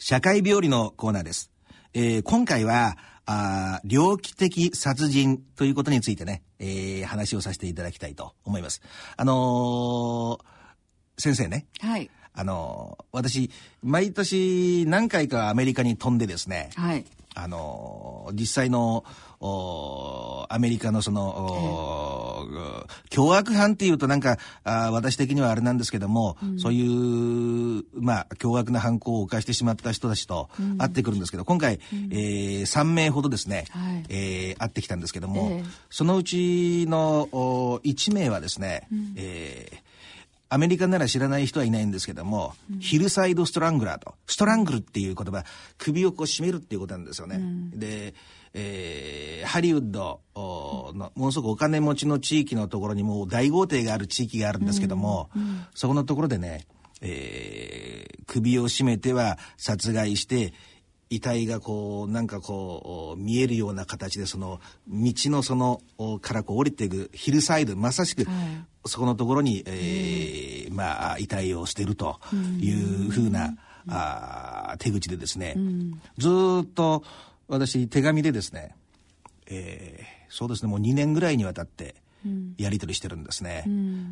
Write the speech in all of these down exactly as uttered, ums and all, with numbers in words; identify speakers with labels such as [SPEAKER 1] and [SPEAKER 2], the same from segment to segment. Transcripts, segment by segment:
[SPEAKER 1] 社会病理のコーナーです。えー、今回はあ猟奇的殺人ということについてね、えー、話をさせていただきたいと思います。あのー、先生ね、
[SPEAKER 2] はい、
[SPEAKER 1] あのー、私毎年何回かアメリカに飛んでですね、
[SPEAKER 2] はい、
[SPEAKER 1] あのー、実際のアメリカのその、えー、凶悪犯っていうとなんかあ私的にはあれなんですけども、うん、そういうまあ凶悪な犯行を犯してしまった人たちと会ってくるんですけど、うん、今回、うんえー、さんめいほどですね、はいえー、会ってきたんですけども、えー、そのうちのいちめいはですね、うんえーアメリカなら知らない人はいないんですけども、うん、ヒルサイドストラングラーと、ストラングルっていう言葉、首をこう絞めるっていうことなんですよね。うん、で、えー、ハリウッドのものすごくお金持ちの地域のところにもう大豪邸がある地域があるんですけども、うんうん、そこのところでね、えー、首を絞めては殺害して、遺体がこうなんかこう見えるような形でその道のそのからこう降りていくヒルサイド、まさしくそこのところに、えー、まあ遺体を捨てるというふうな、うん、あ手口でですね、うん、ずっと私手紙でですね、えー、そうですねもうにねんぐらいにわたってやり取りしてるんですね、うん、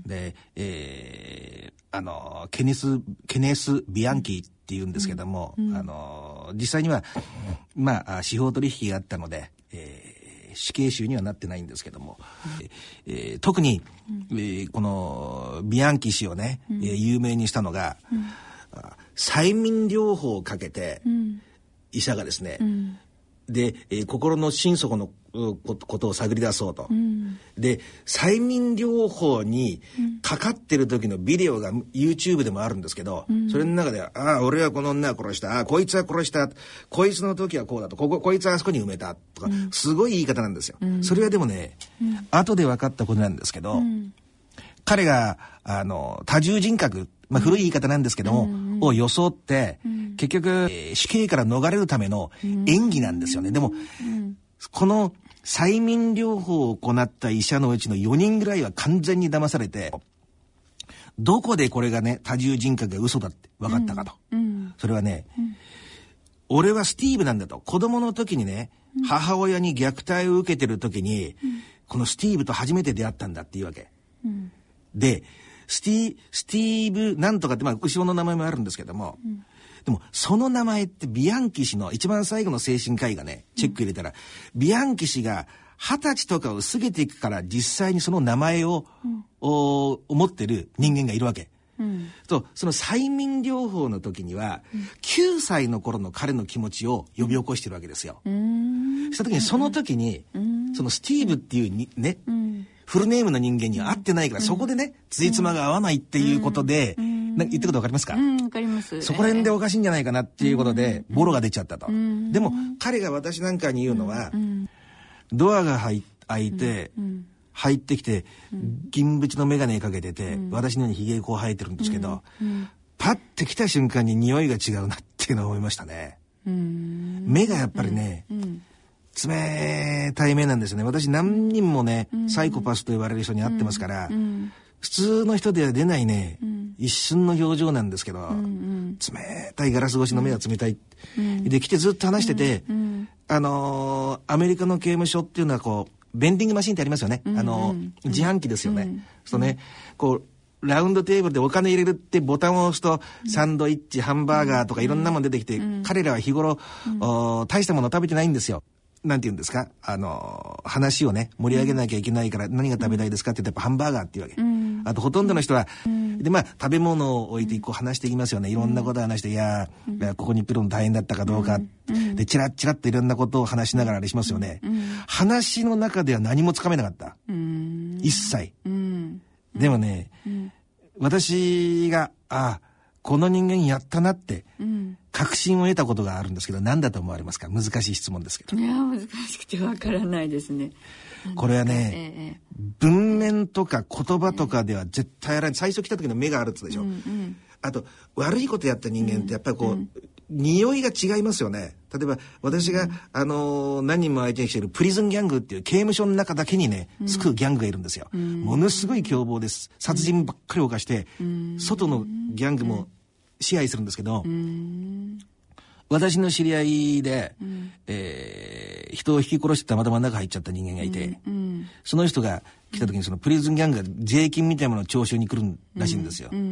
[SPEAKER 1] で、えー、あのケネスケネス・ビアンキっていうんですけども、うん、あの実際にはまあ司法取引があったので、えー、死刑囚にはなってないんですけども、うんえー、特に、うんえー、このビアンキ氏をね、うんえー、有名にしたのが、うん、催眠療法をかけて、うん、医者がですね、うんで、えー、心の心底のことを探り出そうと、うん、で催眠療法にかかってる時のビデオが YouTube でもあるんですけど、うん、それの中でああ俺はこの女を殺した、ああこいつは殺した、こいつの時はこうだと、こここいつはあそこに埋めたとか、うん、すごい言い方なんですよ、うん、それはでもね、うん、後で分かったことなんですけど、うん、彼があの多重人格、まあ、古い言い方なんですけども、うんを装って、うん、結局、えー、死刑から逃れるための演技なんですよね、うん、でも、うん、この催眠療法を行った医者のうちのよにんぐらいは完全に騙されて、どこでこれがね多重人格が嘘だって分かったかと、うん、それはね、うん、俺はスティーブなんだと、子供の時にね、うん、母親に虐待を受けてる時に、うん、このスティーブと初めて出会ったんだっていうわけ、うん、でスティ、スティーブなんとかって、まあ、後ろの名前もあるんですけども、うん、でも、その名前ってビアンキ氏の一番最後の精神科医がね、チェック入れたら、うん、ビアンキ氏が二十歳とかを過ぎていくから実際にその名前を、うん、お持ってる人間がいるわけ。うん、と、その催眠療法の時には、うん、きゅうさいの頃の彼の気持ちを呼び起こしてるわけですよ。うん、した時に、その時に、うん、そのスティーブっていうにね、うんフルネームの人間には会ってないから、うん、そこでね辻褄が合わないっていうことで、うん、なんか言ってること分かりますか？
[SPEAKER 2] うん、分かります。
[SPEAKER 1] そこら辺でおかしいんじゃないかなっていうことで、うん、ボロが出ちゃったと、うん、でも彼が私なんかに言うのは、うん、ドアが開いて、うん、入ってきて、うん、銀縁の眼鏡かけてて、うん、私のようにひげこう生えてるんですけど、うんうん、パッて来た瞬間に匂いが違うなっていうのを思いましたね、うん、目がやっぱりね、うんうん冷たい目なんですよね。私何人もね、うん、サイコパスと言われる人に会ってますから、うん、普通の人では出ないね、うん、一瞬の表情なんですけど、うん、冷たいガラス越しの目が冷たい、うん、で来てずっと話してて、うん、あのー、アメリカの刑務所っていうのはこうベンディングマシンってありますよね、うん、あのー、自販機ですよね、うん、そうね、こうラウンドテーブルでお金入れるってボタンを押すと、うん、サンドイッチハンバーガーとかいろんなもの出てきて、うん、彼らは日頃、うん、大したもの食べてないんですよ。なんて言うんですか、あの話をね盛り上げなきゃいけないから、何が食べたいですかって言ってやっぱハンバーガーっていうわけ、うん、あとほとんどの人は、うん、でまあ食べ物を置いてこう話していきますよね、いろんなことを話して、いや、うん、いやここに来るの大変だったかどうか、うん、でチラッチラッといろんなことを話しながらあれしますよね、うん、話の中では何もつかめなかった、うん、一切、うん、でもね、うん、私があこの人間やったなって確信を得たことがあるんですけど、何だと思われますか？難しい質問ですけど。
[SPEAKER 2] いや難しくてわからないですね。
[SPEAKER 1] これはね、ええ、文面とか言葉とかでは絶対やらない。最初来た時の目があるっつうでしょ、うんうん、あと悪いことやった人間ってやっぱりこう、うん、匂いが違いますよね。例えば私が、うん、あのー、何人も相手にしているプリズンギャングっていう刑務所の中だけにね救うギャングがいるんですよ、うん、ものすごい凶暴です。殺人ばっかり犯して、うん、外のギャングも支配するんですけど、うん、 私の知り合いで、
[SPEAKER 2] うん、
[SPEAKER 1] えー、人を引き殺してたまたま中入っちゃった人間がいて、
[SPEAKER 2] うんうん、
[SPEAKER 1] その人が来た時にそのプリズンギャングが税金みたいなものを徴収に来るらしいんですよ、
[SPEAKER 2] うんうんうん、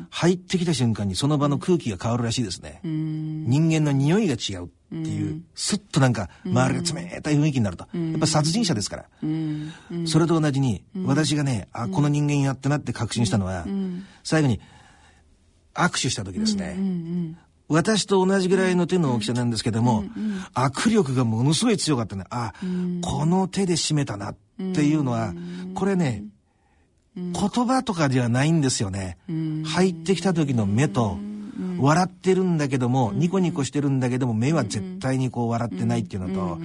[SPEAKER 1] 入ってきた瞬間にその場の空気が変わるらしいですね、うん、人間の匂いが違うっていう、うん、スッとなんか周りが冷たい雰囲気になると、うん、やっぱ殺人者ですから、うんうん、それと同じに、うん、私がね、あ、この人間やってなって確信したのは、うん、最後に握手した時ですね、うんうんうん、私と同じぐらいの手の大きさなんですけども、うんうん、握力がものすごい強かったね。あ、うん、この手で締めたなっていうのは、うん、これね、うん、言葉とかではないんですよね、うん、入ってきた時の目と、うん、笑ってるんだけども、うん、ニコニコしてるんだけども目は絶対にこう笑ってないっていうのと、うん、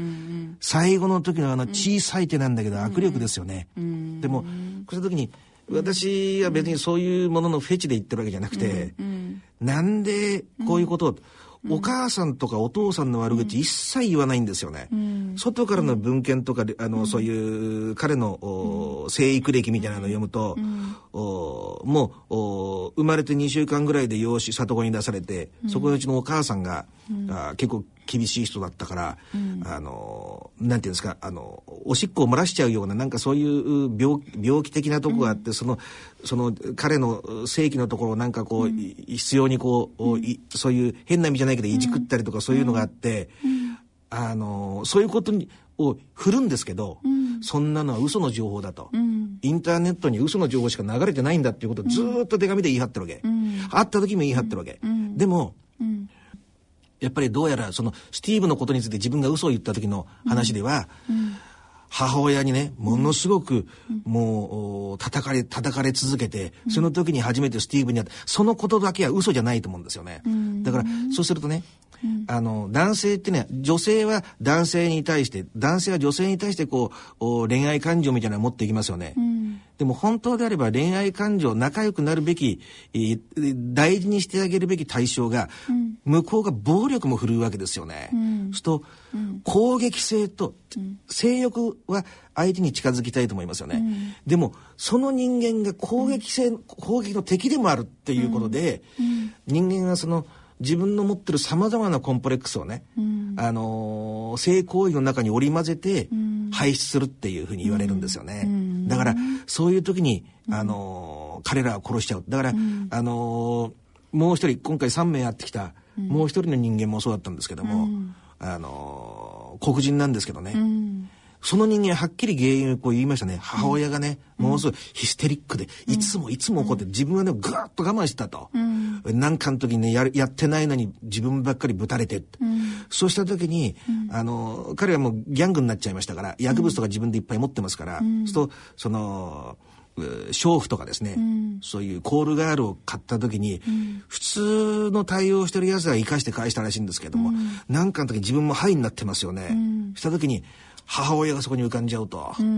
[SPEAKER 1] 最後の時のあの小さい手なんだけど握力ですよね、うん、でもこの時に私は別にそういうもののフェチで言ってるわけじゃなくて、うん、なんでこういうことを、うん、お母さんとかお父さんの悪口一切言わないんですよね、うん、外からの文献とかあの、うん、そういう彼の、うん、生育歴みたいなのを読むと、うん、おもうお生まれてにしゅうかんぐらいで養子里子に出されて、うん、そこのうちのお母さんが、うん、あ結構厳しい人だったから、うん、あのなんていうんですか、あのおしっこを漏らしちゃうようななんかそういう病、病気的なとこがあって、うん、そのその彼の性器のところをなんかこう、うん、必要にこう、うん、そういう変な意味じゃないけどいじくったりとかそういうのがあって、うん、あのそういうことにを振るんですけど、うん、そんなのは嘘の情報だと、うん、インターネットに嘘の情報しか流れてないんだっていうことをずっと手紙で言い張ってるわけ、うん、会った時も言い張ってるわけ、うん、でも、うんやっぱりどうやらそのスティーブのことについて自分が嘘を言った時の話では、うんうん、母親にねものすごくもう叩かれ叩かれ続けて、うん、その時に初めてスティーブに会ってそのことだけは嘘じゃないと思うんですよね、うん、だからそうするとね、うん、あの男性ってね女性は男性に対して男性は女性に対してこう恋愛感情みたいなのを持っていきますよね、うんでも本当であれば恋愛感情仲良くなるべき、えー、大事にしてあげるべき対象が、うん、向こうが暴力も振るうわけですよね、うん、そうすると、うん、攻撃性と、うん、性欲は相手に近づきたいと思いますよね、うん、でもその人間が攻撃性、うん、攻撃の敵でもあるっていうことで、うん、人間はその自分の持ってるさまざまなコンプレックスをね、うん、あのー、性行為の中に織り交ぜて排出するっていうふうに言われるんですよね、うん、だからそういう時に、あのー、彼らは殺しちゃうだから、うん、あのー、もう一人今回さんめい会ってきた、うん、もう一人の人間もそうだったんですけども、うん、あのー、黒人なんですけどね、うんその人間はっきり原因をこう言いましたね。母親がね、うん、ものすごいヒステリックで、うん、いつもいつも怒って、自分はね、ぐーっと我慢してたと。うん、なんかの時にねや、やってないのに自分ばっかりぶたれて。うん、そうした時に、うん、あの、彼はもうギャングになっちゃいましたから、薬物とか自分でいっぱい持ってますから、うん、そうすると、その、娼婦とかですね、うん、そういうコールガールを買った時に、うん、普通の対応してるやつは生かして返したらしいんですけども、うん、なんかの時に自分もハイになってますよね。うん、した時に、母親がそこに浮かんじゃうと、うん、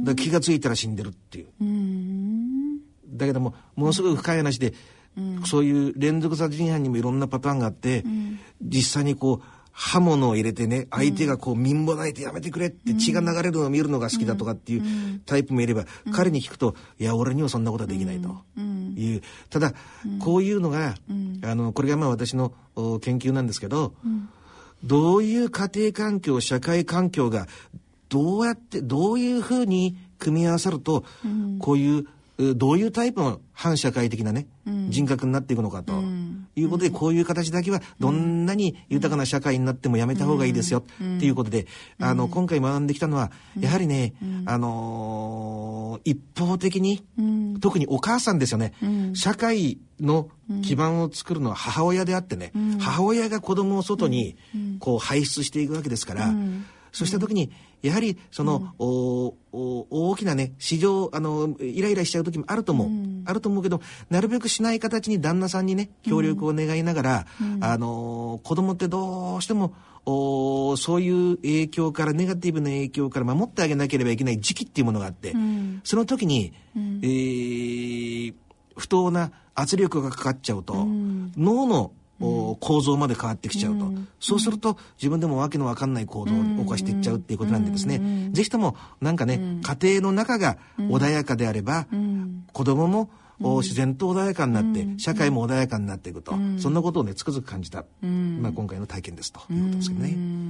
[SPEAKER 1] だから気がついたら死んでるっていう、うん、だけどもものすごい深い話で、うん、そういう連続殺人犯にもいろんなパターンがあって、うん、実際にこう刃物を入れてね相手がこう貧乏ないてやめてくれって血が流れるのを見るのが好きだとかっていうタイプもいれば、うん、彼に聞くといや俺にはそんなことはできないという、ただ、うん、こういうのが、うん、あのこれがまあ私の研究なんですけど、うんどういう家庭環境社会環境がどうやってどういうふうに組み合わさると、うん、こういうどういうタイプの反社会的なね、うん、人格になっていくのかと、うん、いうことで、こういう形だけはどんなに豊かな社会になってもやめた方がいいですよ、うん、っていうことで、うん、あの今回学んできたのは、うん、やはりね、うん、あのー、一方的に、うん、特にお母さんですよね、うん、社会の基盤を作るのは母親であってね、うん、母親が子供を外にこう排出していくわけですから、うん、そうした時にやはりその、うん、おお大きなね市場あのイライラしちゃう時もあると思う、うん、あると思うけどなるべくしない形に旦那さんにね協力を願いながら、うん、あの子供ってどうしてもおそういう影響からネガティブな影響から守ってあげなければいけない時期っていうものがあって、うん、その時に、うんえー、不当な圧力がかかっちゃうと、うん、脳のうん、構造まで変わってきちゃうと、うん、そうすると自分でもわけのわかんない行動を起こしていっちゃうっていうことなんでですね、うん、ぜひともなんかね、うん、家庭の中が穏やかであれば、うん、子供もうん、自然と穏やかになって、うん、社会も穏やかになっていくと、うん、そんなことをねつくづく感じた、うん、まあ、今回の体験ですということですけどね。